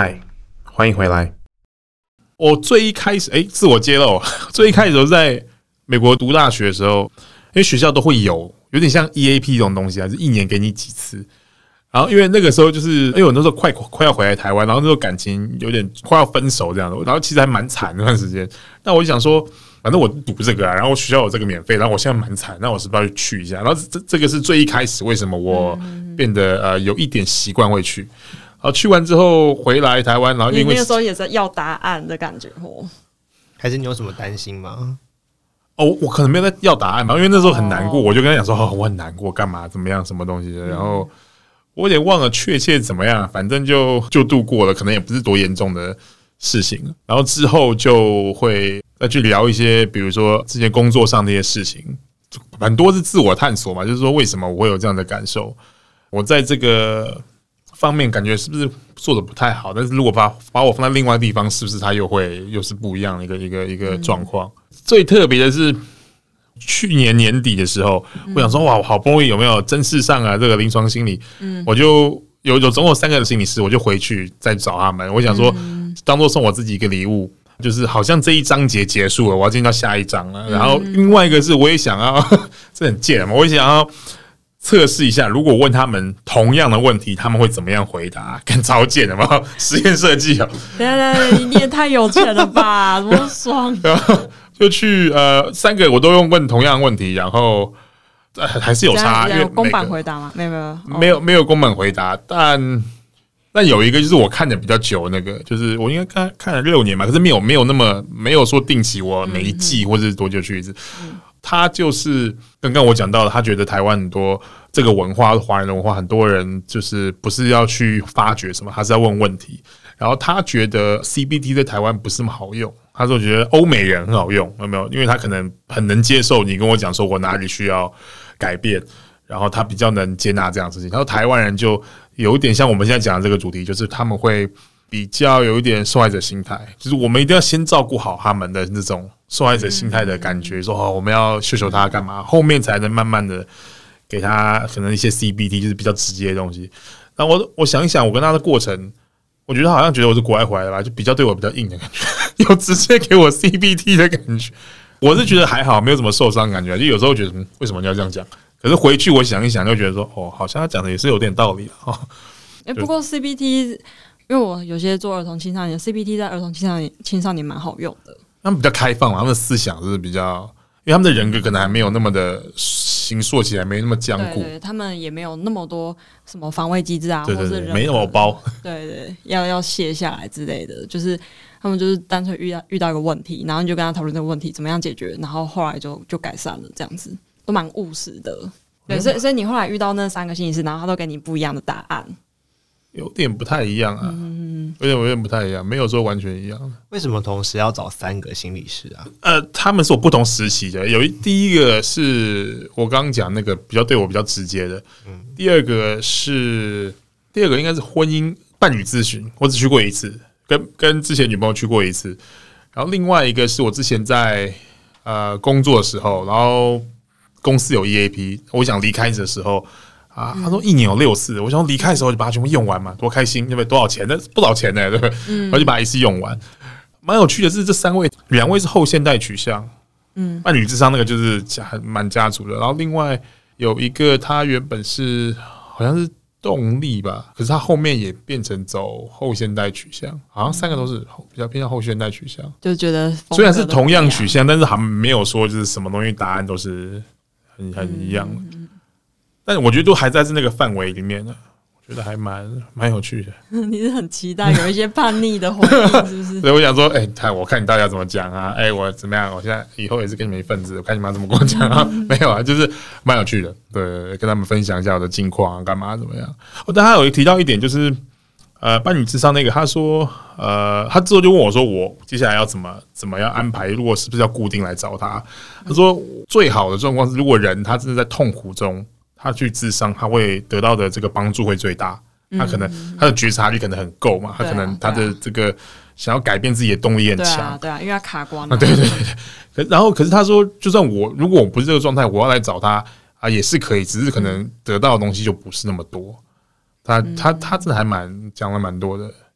嗨，欢迎回来。我最一开始，自我揭露，最一开始在美国读大学的时候，因为学校都会有点像 EAP 这种东西，还是一年给你几次。然后因为那个时候就是因为我那时候快要回来台湾，然后那时候感情有点快要分手这样的，然后其实还蛮惨那段时间。那我就想说，反正我读这个啊，然后我学校有这个免费，然后我现在蛮惨，那我是不是要去一下？然后这个是最一开始为什么我变得有一点习惯会去。然后去完之后回来台湾，然后因为你那个时候也是要答案的感觉哦， 还是你有什么担心吗？ 我可能没有在要答案吧，因为那时候很难过，我就跟他讲说，我很难过，干嘛怎么样，什么东西的，然后我有点忘了确切怎么样，反正就度过了，可能也不是多严重的事情。然后之后就会再去聊一些，比如说之前工作上的一些事情，很多是自我探索嘛，就是说为什么我会有这样的感受，我在这个方面感觉是不是做的不太好，但是如果把我放在另外地方，是不是它又是不一样的一个状况？最特别的是去年年底的时候，我想说哇，我好不容易有没有正式上这个临床心理，我就有总共3个心理师，我就回去再找他们，我想说当做送我自己一个礼物。就是好像这一章节结束了，我要进到下一章了。然后另外一个是，我也想要，这很贱嘛，我也想要测试一下，如果问他们同样的问题，他们会怎么样回答？更超贱的嘛，实验设计哦。 对，你也太有钱了吧，怎么爽？ 然后就去3个我都用问同样的问题，然后还是有差，因为有公版回答吗？ 没有公版回答，但有一个就是我看的比较久，那个就是我应该看了6年吧，可是没有说定期我每一季或者是多久去一次。他就是刚刚我讲到的，他觉得台湾很多这个文化，华人的文化，很多人就是不是要去发掘什么，他是要问问题。然后他觉得 CBT 在台湾不是那么好用，他说觉得欧美人很好用，有没有？因为他可能很能接受你跟我讲说我哪里需要改变，然后他比较能接纳这样的事情。然后台湾人就有一点像我们现在讲的这个主题，就是他们会比较有一点受害者心态，就是我们一定要先照顾好他们的那种受害者心态的感觉，说我们要秀他干嘛，后面才能慢慢的给他可能一些 CBT， 就是比较直接的东西。那我想一想，我跟他的过程，我觉得他好像觉得我是国外回来的吧，就比较对我比较硬的感觉，有直接给我 CBT 的感觉。我是觉得还好，没有什么受伤感觉，就有时候觉得为什么你要这样讲？可是回去我想一想，就觉得说好像他讲的也是有点道理哦。 不过 CBT。因为我有些做儿童青少年 CBT 在儿童青少年蛮好用的， 他们比较开放嘛，他们的思想是比较，因为他们的人格可能还没有那么的形塑起来，没那么僵固， 对，他们也没有那么多什么防卫机制啊， 对， 或是没那么包， 对，要卸下来之类的，就是他们就是单纯遇到一个问题，然后你就跟他讨论这个问题怎么样解决，然后后来就改善了，这样子都蛮务实的。对，所以你后来遇到那3个心理师，然后他都给你不一样的答案。 有点不太一样啊，有点不太一样，没有说完全一样。 为什么同时要找3个心理师啊？ 他们是有不同时期的，第一个是我刚刚讲那个比较对我比较直接的，第二个应该是婚姻伴侣咨询，我只去过一次，跟之前女朋友去过一次，然后另外一个是我之前在工作的时候，然后公司有 EAP， 我想离开的时候。他说1年有6次，我想离开的时候就把它全部用完嘛，多开心，对不对？多少钱？那不少钱呢，对不对？我就把它一次用完。蛮有趣的是，这2位，2位是后现代取向，伴侣智商那个就是蛮家族的，然后另外有一个他原本是好像是动力吧，可是他后面也变成走后现代取向，好像3个都是比较偏向后现代取向， 就觉得虽然是同样取向，但是还没有说就是什么东西答案都是很一样的。但我觉得都还在那个范围里面呢，我觉得还蛮有趣的。 你是很期待有一些叛逆的回应，是不是？ 所以我想说，我看你大家怎么讲啊？我怎么样？我现在以后也是跟你们一份子，我看你们要怎么跟我讲啊？没有啊，就是蛮有趣的，对，跟他们分享一下我的近况啊，干嘛怎么样？但他有提到一点，就是伴侣智商那个，他说，他之后就问我说，我接下来要怎么样安排？如果是不是要固定来找他？他说，最好的状况是，如果人他真的在痛苦中。他去諮商，他会得到的这个帮助会最大。他可能他的觉察力可能很够嘛，他可能他的这个想要改变自己的动力很强。 对啊，因为他卡关了。 对。可是他说，就算如果我不是这个状态，我要来找他也是可以，只是可能得到的东西就不是那么多。他真的还讲了蛮多的，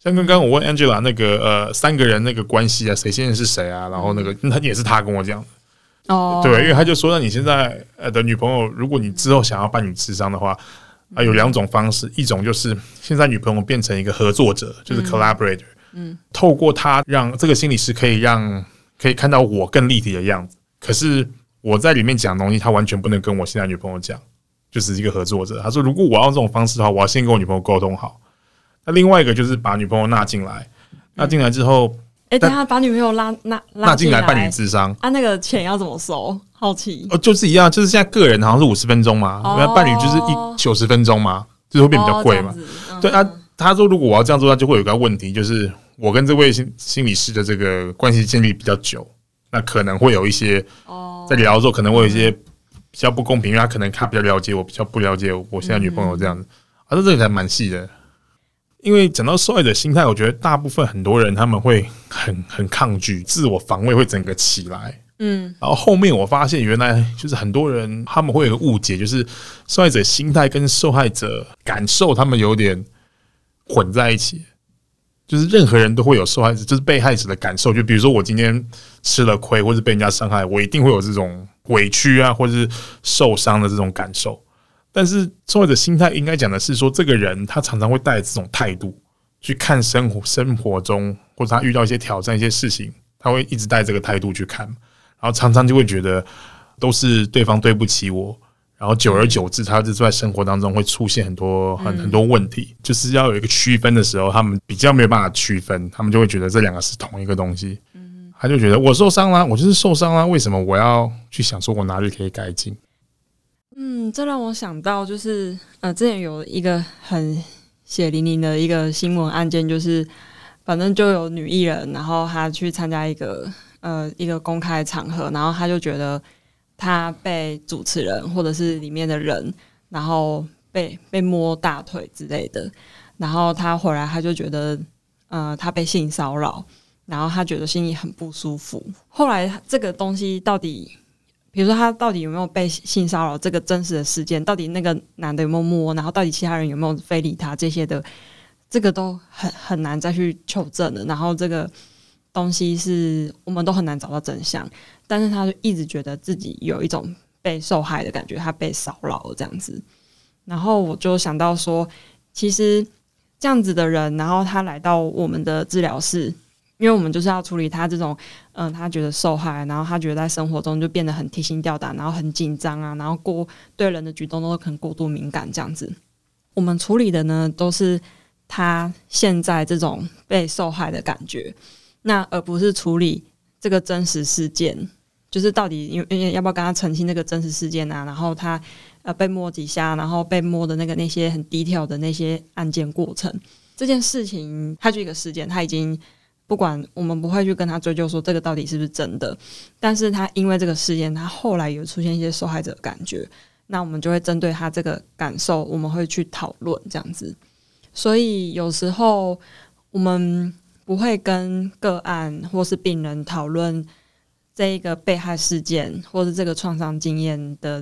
像刚刚我问 Angela 那个3个人那个关系啊，谁先认识谁啊？然后那个他也是他跟我讲的哦，对，因为他就说，那你现在的女朋友，如果你之后想要伴侣咨商的话，有2种方式，一种就是现在女朋友变成一个合作者，就是 collaborator，透过他让这个心理师可以看到我更立体的样子，可是我在里面讲的东西，他完全不能跟我现在女朋友讲。就是一个合作者，他说如果我要这种方式的话，我要先跟我女朋友沟通好。那另外一个就是把女朋友纳进来，纳进来之后， 等一下把女朋友纳进来伴侣咨商啊，那个钱要怎么收？好奇就是一样，就是现在个人好像是50分钟嘛，伴侣就是90分钟嘛，就是会变比较贵嘛。对啊，他说如果我要这样做，他就会有一个问题，就是我跟这位心理师的这个关系建立比较久，那可能会有一些在聊的时候可能会有一些。比较不公平，因为他比较了解我，比较不了解我现在女朋友这样子，这里还蛮细的。因为讲到受害者心态，我觉得大部分很多人他们会很抗拒，自我防卫会整个起来。然后后面我发现原来就是很多人他们会有个误解，就是受害者心态跟受害者感受他们有点混在一起。就是任何人都会有受害者，就是被害者的感受。就比如说我今天吃了亏，或者被人家伤害，我一定会有这种委屈啊，或者是受伤的这种感受。但是受害者心态应该讲的是说，这个人他常常会带着这种态度去看生活中，或者他遇到一些挑战、一些事情，他会一直带这个态度去看，然后常常就会觉得都是对方对不起我。然后久而久之，他就在生活当中会出现很多问题，就是要有一个区分的时候，他们比较没有办法区分，他们就会觉得这2个是同一个东西。他就觉得我受伤啦，我就是受伤啦，为什么我要去想说我哪里可以改进？ 这让我想到就是之前有一个很血淋淋的一个新闻案件，就是反正就有女艺人，然后她去参加一个公开场合，然后她就觉得。他被主持人或者是里面的人，然后被摸大腿之类的，然后他回来他就觉得，他被性骚扰，然后他觉得心里很不舒服。后来这个东西到底，比如说他到底有没有被性骚扰这个真实的事件，到底那个男的有没有摸，然后到底其他人有没有非礼他这些的，这个都很难再去求证的。然后这个东西是我们都很难找到真相。但是他就一直觉得自己有一种被受害的感觉，他被骚扰了这样子。然后我就想到说，其实这样子的人，然后他来到我们的治疗室，因为我们就是要处理他这种，他觉得受害，然后他觉得在生活中就变得很提心吊胆，然后很紧张啊，然后对人的举动都很过度敏感这样子。我们处理的呢，都是他现在这种被受害的感觉，那而不是处理这个真实事件，就是到底要不要跟他澄清这个真实事件啊？然后他被摸几下，然后被摸的那些很detail的那些案件过程，这件事情它就一个事件，他已经不管我们不会去跟他追究说这个到底是不是真的，但是他因为这个事件，他后来有出现一些受害者的感觉，那我们就会针对他这个感受，我们会去讨论这样子。所以有时候我们不会跟个案或是病人讨论这一个被害事件或是这个创伤经验的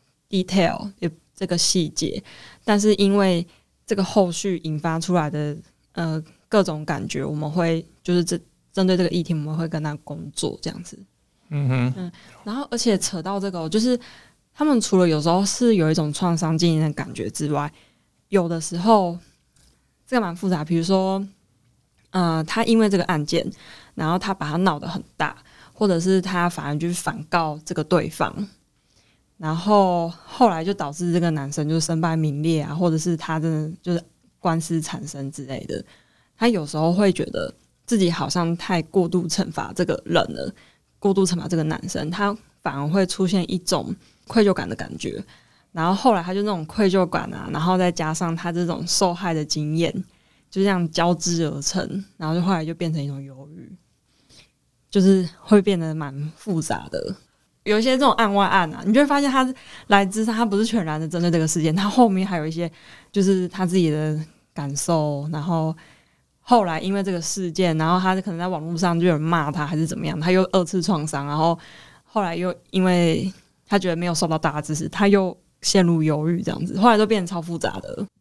detail 这个细节，但是因为这个后续引发出来的各种感觉，我们会就是针对这个议题，我们会跟他工作这样子。然后而且扯到这个，就是他们除了有时候是有一种创伤经验的感觉之外，有的时候这个蛮复杂，比如说他因为这个案件，然后他把他闹得很大，或者是他反而就是反告这个对方，然后后来就导致这个男生就身败名裂啊，或者是他真的就是官司缠身之类的。他有时候会觉得自己好像太过度惩罚这个人了，过度惩罚这个男生，他反而会出现一种愧疚感的感觉。然后后来他就那种愧疚感啊，然后再加上他这种受害的经验，就这样交织而成，然后就后来就变成一种忧郁，就是会变得蛮复杂的。有一些这种案外案啊，你就会发现他来自他不是全然的针对这个事件，他后面还有一些就是他自己的感受，然后后来因为这个事件，然后他可能在网络上就有人骂他还是怎么样，他又2次创伤，然后后来又因为他觉得没有受到大家支持，他又陷入忧郁这样子，后来都变成超复杂的。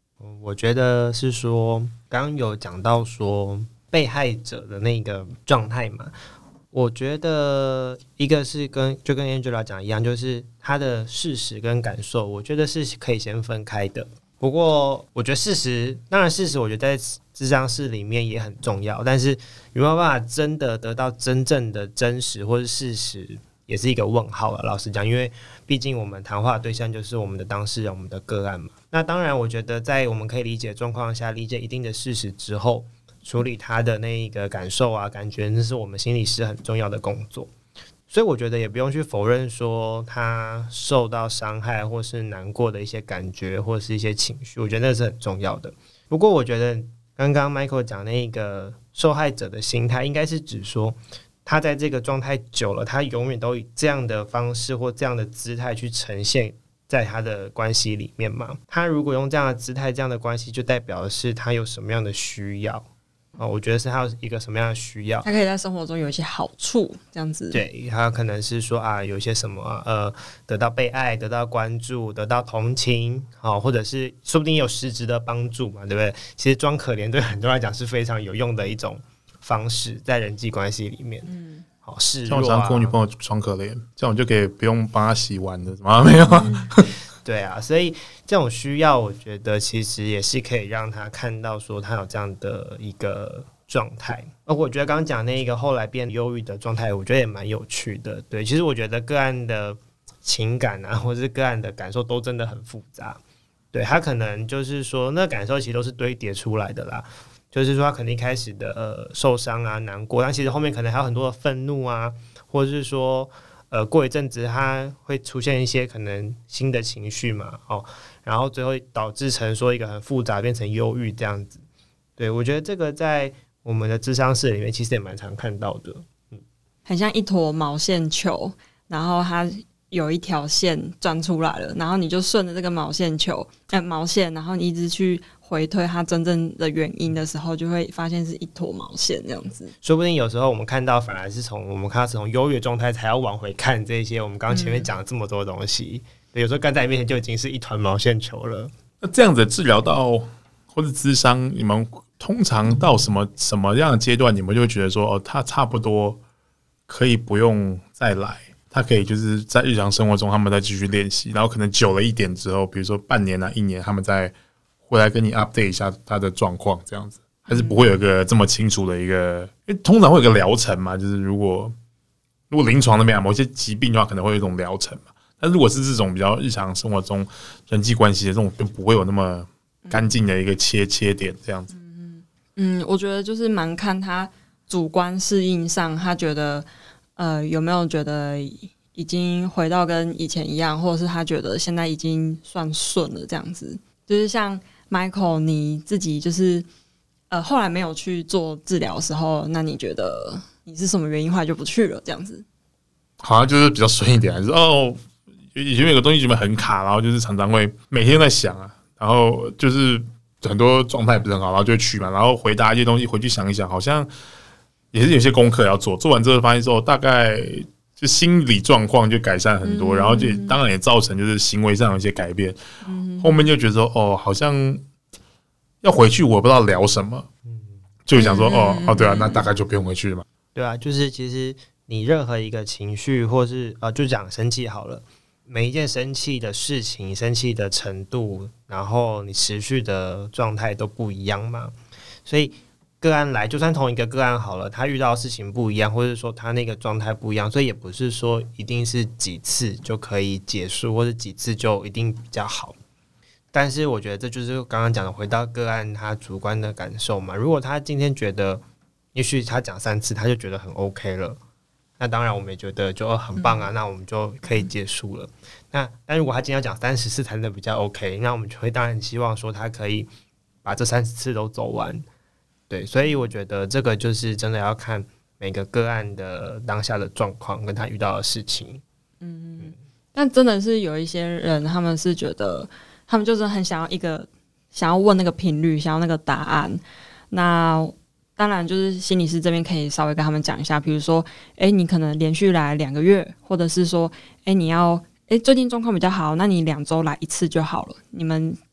我觉得是说，刚刚有讲到说被害者的那个状态嘛，我觉得一个是就跟 Angela 讲一样，就是他的事实跟感受，我觉得是可以先分开的。不过我觉得事实，当然事实我觉得在諮商室里面也很重要，但是有没有办法真的得到真正的真实或是事实，也是一个问号了。老实讲，因为毕竟我们谈话的对象就是我们的当事人，我们的个案嘛。那当然我觉得在我们可以理解状况下，理解一定的事实之后，处理他的那一个感受啊感觉，那是我们心理师很重要的工作。所以我觉得也不用去否认说他受到伤害或是难过的一些感觉或是一些情绪，我觉得那是很重要的。不过我觉得刚刚 Michael 讲那个受害者的心态，应该是指说他在这个状态久了，他永远都以这样的方式或这样的姿态去呈现在他的关系里面嘛。他如果用这样的姿态这样的关系，就代表的是他有什么样的需要。我觉得是他有一个什么样的需要， 他可以在生活中有一些好处，这样子。 对，他可能是说有一些什么得到被爱，得到关注，得到同情，或者是说不定有实质的帮助嘛，对不对？其实装可怜对很多人来讲是非常有用的一种方式，在人际关系里面。示弱啊， 像我常跟我女朋友装可怜，这样我就可以不用帮她洗碗的，什么没有？ 对啊，所以这种需要，我觉得其实也是可以让他看到说他有这样的一个状态。我觉得刚刚讲那个后来变忧郁的状态，我觉得也蛮有趣的。对，其实我觉得个案的情感啊，或者是个案的感受都真的很复杂。对，他可能就是说，那感受其实都是堆叠出来的啦。就是说，他可能一开始的受伤啊、难过，但其实后面可能还有很多的愤怒啊，或者是说。过一阵子他会出现一些可能新的情绪嘛，然后最后导致成说一个很复杂变成忧郁这样子。对，我觉得这个在我们的諮商室里面其实也蛮常看到的。 很像一坨毛线球，然后它有一条线钻出来了，然后你就顺着这个毛线，然后你一直去回推它真正的原因的时候，就会发现是一坨毛线这样子。 说不定有时候我们看到反而是我们看到从忧郁的状态才要往回看这些我们刚刚前面讲了这么多东西。对，有时候站在你面前就已经是一团毛线球了。 那这样子治疗到或者諮商，你们通常到什么样的阶段，你们就会觉得说他差不多可以不用再来？他可以就是在日常生活中他们再继续练习，然后可能久了一点之后，比如说半年啊、1年，他们再回来跟你 update 一下他的状况，这样子还是不会有一个这么清楚的一个，因为通常会有个疗程嘛，就是如果临床那边某些疾病的话，可能会有一种疗程嘛。但如果是这种比较日常生活中人际关系的这种，就不会有那么干净的一个切点这样子。 我觉得就是蛮看他主观适应上，他觉得。有没有觉得已经回到跟以前一样，或者是他觉得现在已经算顺了这样子？就是像 Michael 你自己就是后来没有去做治疗的时候，那你觉得你是什么原因后来就不去了这样子？ 好像就是比较顺一点，就是以前有个东西觉得很卡，然后就是常常会每天在想啊，然后就是很多状态不是很好，然后就会去嘛，然后回答一些东西回去想一想，好像。也是有些功课要做，做完之后发现之后，大概就心理状况就改善很多，然后就当然也造成就是行为上有一些改变。后面就觉得说，好像要回去，我不知道聊什么，就想说，对啊，那大概就不用回去了嘛。 对啊，就是其实你任何一个情绪，或是就讲生气好了，每一件生气的事情、生气的程度，然后你持续的状态都不一样嘛，所以。个案来，就算同一个个案好了，他遇到的事情不一样，或者说他那个状态不一样，所以也不是说一定是几次就可以结束，或者几次就一定比较好。但是我觉得这就是刚刚讲的，回到个案他主观的感受嘛。如果他今天觉得，也许他讲3次他就觉得很 OK 了，那当然我们也觉得就很棒啊，那我们就可以结束了。但如果他今天要讲30次才能比较 OK， 那我们就会当然希望说他可以把这30次都走完。对，所以我觉得这个就是真的要看每个个案的当下的状况跟他遇到的事情。 但真的是有一些人，他们是觉得他们就是很想要问那个频率，想要那个答案。那当然就是心理师这边可以稍微跟他们讲一下，比如说，你可能连续来2个月，或者是说，你要最近状况比较好，那你2周来1次就好了。你们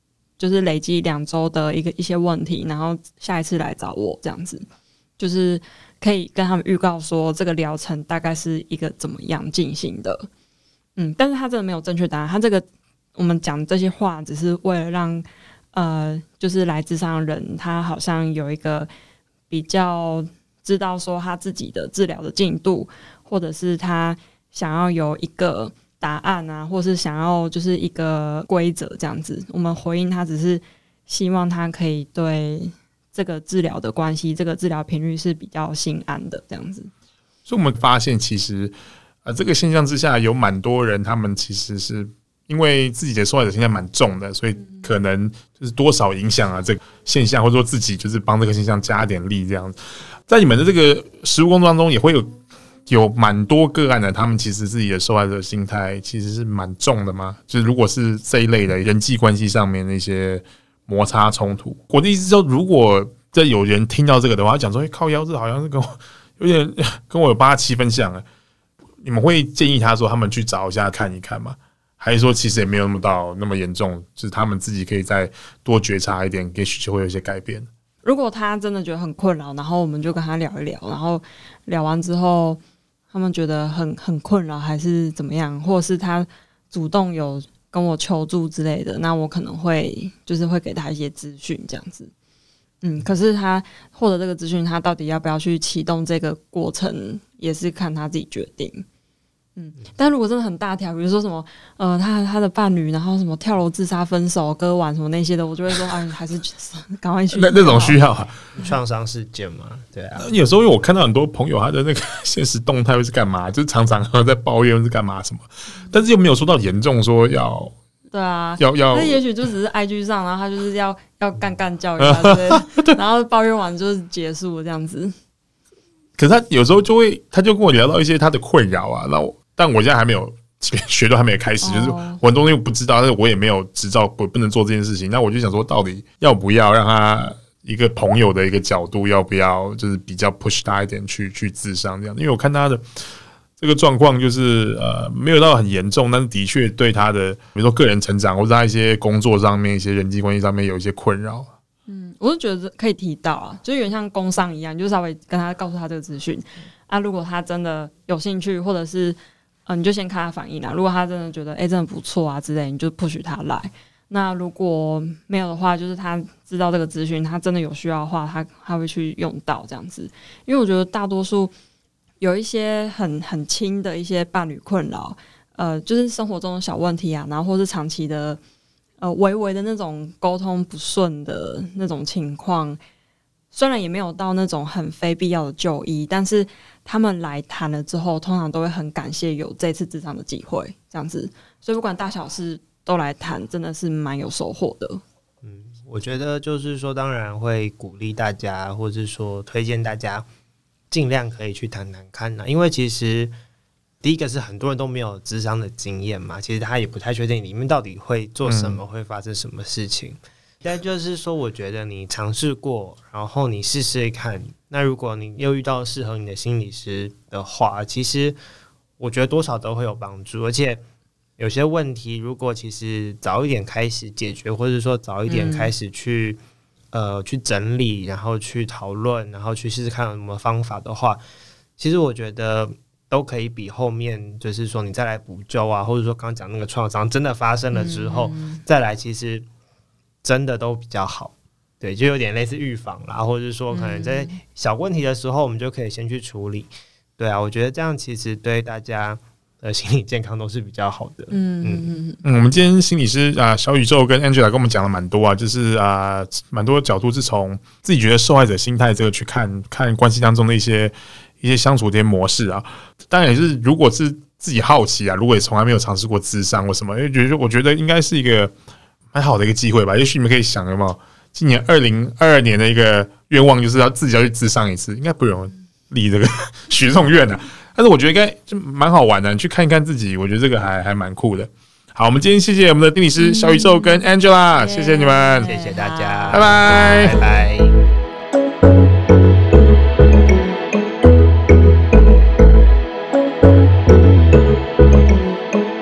就是累积2周的一些问题，然后下一次来找我这样子，就是可以跟他们预告说这个疗程大概是一个怎么样进行的。但是他真的没有正确答案，他这个我们讲这些话只是为了让就是来咨商的人他好像有一个比较知道说他自己的治疗的进度，或者是他想要有一个答案啊，或是想要就是一个规则这样子。我们回应他只是希望他可以对这个治疗的关系，这个治疗频率是比较心安的这样子。 所以我们发现其实这个现象之下有蛮多人他们其实是因为自己的受害者现象蛮重的，所以可能就是多少影响这个现象，或者说自己就是帮这个现象加点力这样子。在你们的这个实务工作当中也会有蛮多个案的，他们其实自己的受害者心态其实是蛮重的吗？就是如果是这一类的人际关系上面的一些摩擦冲突，我的意思是说，如果这有人听到这个的话，讲说靠腰，这好像是跟我有点跟我有8-7分像你们会建议他说他们去找一下看一看吗？还是说其实也没有那么严重，就是他们自己可以再多觉察一点，也许就会有一些改变？ 如果他真的觉得很困扰，然后我们就跟他聊一聊，然后聊完之后他们觉得很困扰还是怎么样，或者是他主动有跟我求助之类的，那我可能会给他一些资讯这样子。可是他获得这个资讯，他到底要不要去启动这个过程，也是看他自己决定。但如果真的很大条，比如说什么他的伴侣然后什么跳楼自杀分手割腕什么那些的，我就会说还是赶快去那种需要创伤事件嘛，对啊。 有时候因为我看到很多朋友他的那个现实动态会是干嘛，就是常常在抱怨是干嘛什么，但是又没有说到严重说要对啊， 要那也许就只是 IG 上，然后他就是要干叫一下之类的然后抱怨完就是结束了这样子。 可是他有时候他就跟我聊到一些他的困扰但我现在还没有学都还没有开始，就是我很多东西不知道，但是我也没有执照，我不能做这件事情。那我就想说，到底要不要让他一个朋友的一个角度，要不要就是比较 push 他一点去咨商这样？因为我看他的这个状况就是没有到很严重，但是的确对他的比如说个人成长或者他一些工作上面、一些人际关系上面有一些困扰。 我是觉得可以提到啊，就有点像工商一样，就稍微跟他告诉他这个资讯如果他真的有兴趣，或者是你就先看他反应啦。如果他真的觉得真的不错啊之类，你就 push 他来。那如果没有的话，就是他知道这个资讯，他真的有需要的话，他会去用到这样子。因为我觉得大多数有一些很轻的一些伴侣困扰，就是生活中的小问题啊，然后或是长期的微微的那种沟通不顺的那种情况，虽然也没有到那种很非必要的就医，但是他们来谈了之后，通常都会很感谢有这次咨商的机会，这样子。所以不管大小事都来谈，真的是蛮有收获的。 我觉得就是说，当然会鼓励大家，或是说推荐大家尽量可以去谈谈看因为其实第一个是很多人都没有咨商的经验嘛，其实他也不太确定里面到底会做什么，会发生什么事情。但就是说，我觉得你尝试过，然后你试试看。那如果你又遇到适合你的心理师的话，其实我觉得多少都会有帮助。而且有些问题，如果其实早一点开始解决，或者说早一点开始去整理，然后去讨论，然后去试试看有什么方法的话，其实我觉得都可以比后面就是说你再来补救啊，或者说刚刚讲那个创伤真的发生了之后再来，其实真的都比较好。对，就有点类似预防啦，或者是说可能在小问题的时候我们就可以先去处理。对啊，我觉得这样其实对大家的心理健康都是比较好的。 我们今天心理师小宇宙跟 Angela 跟我们讲了蛮多就是蛮多角度是从自己觉得受害者心态这个去看关系当中的一些相处的模式当然也是如果是自己好奇如果也从来没有尝试过咨商或什么，我觉得应该是一个蛮好的一个机会吧。也许你们可以想有没有今年2022年的一个愿望，就是自己要去咨商一次，应该不容易立这个许这种愿但是我觉得应该就蛮好玩的，你去看一看自己，我觉得这个还蛮酷的。好，我们今天谢谢我们的心理师小宇宙跟 Angela，谢谢你们， 谢谢大家， 拜拜， 拜拜。